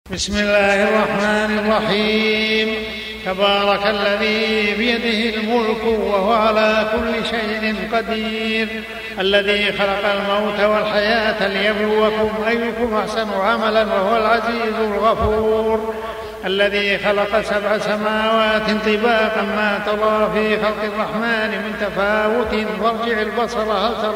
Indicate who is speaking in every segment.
Speaker 1: بسم الله الرحمن الرحيم. تبارك الذي بيده الملك وهو على كل شيء قدير، الذي خلق الموت والحياة ليبلوكم أيكم أحسن عملا وهو العزيز الغفور، الذي خلق 7 سماوات طباقا ما ترى في خلق الرحمن من تفاوت فارجع البصر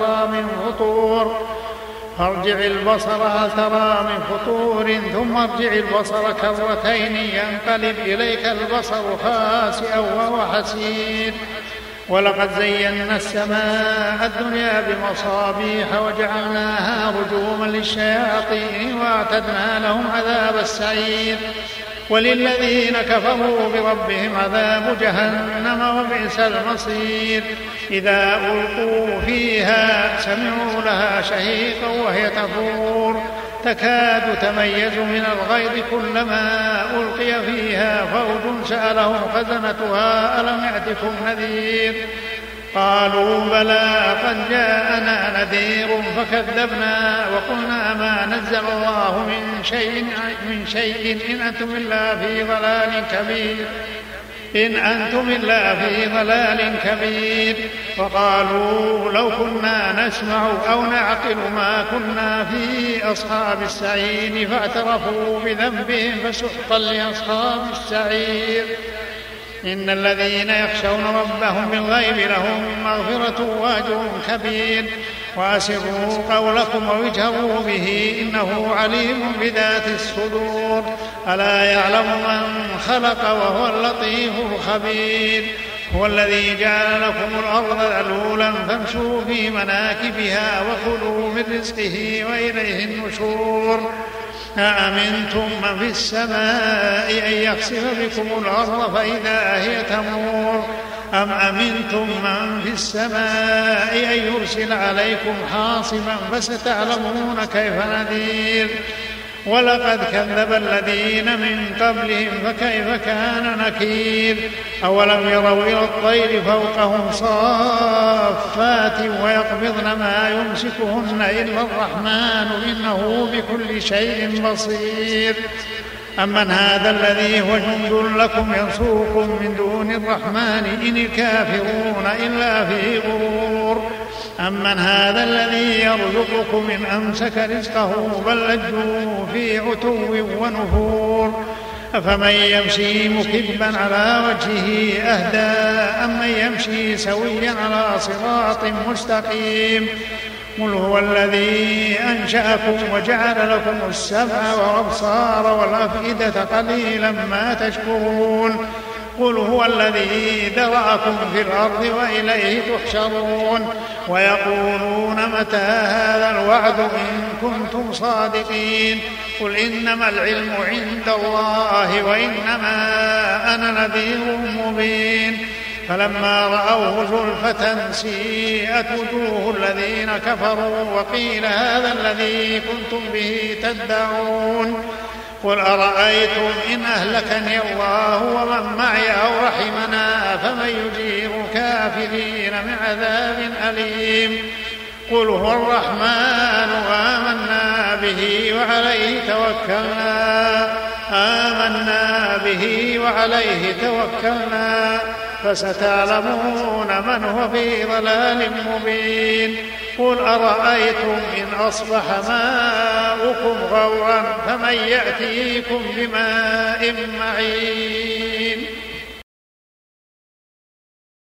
Speaker 1: هل ترى من فطور ثم ارجع البصر كرتين ينقلب إليك البصر خاسئا وهو حسير. ولقد زينا السماء الدنيا بمصابيح وجعلناها رجوما للشياطين وأعتدنا لهم عذاب السعير. وللذين كفروا بربهم عذاب جهنم وبئس المصير. إذا ألقوا فيها سمعوا لها شهيقا وهي تفور تكاد تميز من الغيظ كلما ألقي فيها فوج سألهم خزنتها ألم يأتكم نذير قالوا بلى قد جاءنا نذير فكذبنا وقلنا ما نزل الله من شيء إن أنتم إلا في ضلال كبير. وقالوا لو كنا نسمع أو نعقل ما كنا في أصحاب السعير فاعترفوا بذنبهم فسحقا لأصحاب السعير. إن الذين يخشون ربهم بالغيب لهم مغفرة وأجر كبير. وأسروا قولكم أو اجهروا به إنه عليم بذات الصدور. ألا يعلم من خلق وهو اللطيف الخبير. هو الذي جعل لكم الأرض ذلولا فامشوا في مناكبها وكلوا من رزقه وإليه النشور. أأمنتم من في السماء أن يخسف بكم الأرض فإذا هي تمور أم أمنتم من في السماء أن يرسل عليكم حاصبا فستعلمون كيف نذير. ولقد كذب الذين من قبلهم فكيف كان نكير. أولم يروا إلى الطير فوقهم صافات ويقبضن ما يمسكهن إلا الرحمن إنه بكل شيء بصير. أمن هذا الذي هو جند لكم ينصركم من دون الرحمن إن الكافرون إلا في غرور. أمن هذا الذي يرزقكم إن أمسك رزقه بل لجوا في عتو ونفور. أفمن يمشي مكبا على وجهه أهدى أمن يمشي سويا على صراط مستقيم. قل هو الذي أنشأكم وجعل لكم السمع والأبصار والأفئدة قليلا ما تشكرون. قل هو الذي ذرأكم في الأرض وإليه تحشرون. ويقولون متى هذا الوعد إن كنتم صادقين. قل إنما العلم عند الله وإنما أنا نذير مبين. فلما رأوه زلفة سيئت وجوه الذين كفروا وقيل هذا الذي كنتم به تدعون. قل أرأيتم إن أهلكني الله ومن معي أو رحمنا فمن يجير الكافرين من عذاب أليم. قل هو الرحمن آمنا به وعليه توكلنا فستعلمون من هو في ضلال مبين. قل أرأيتم إن أصبح ماؤكم غورا فمن يأتيكم بماء معين.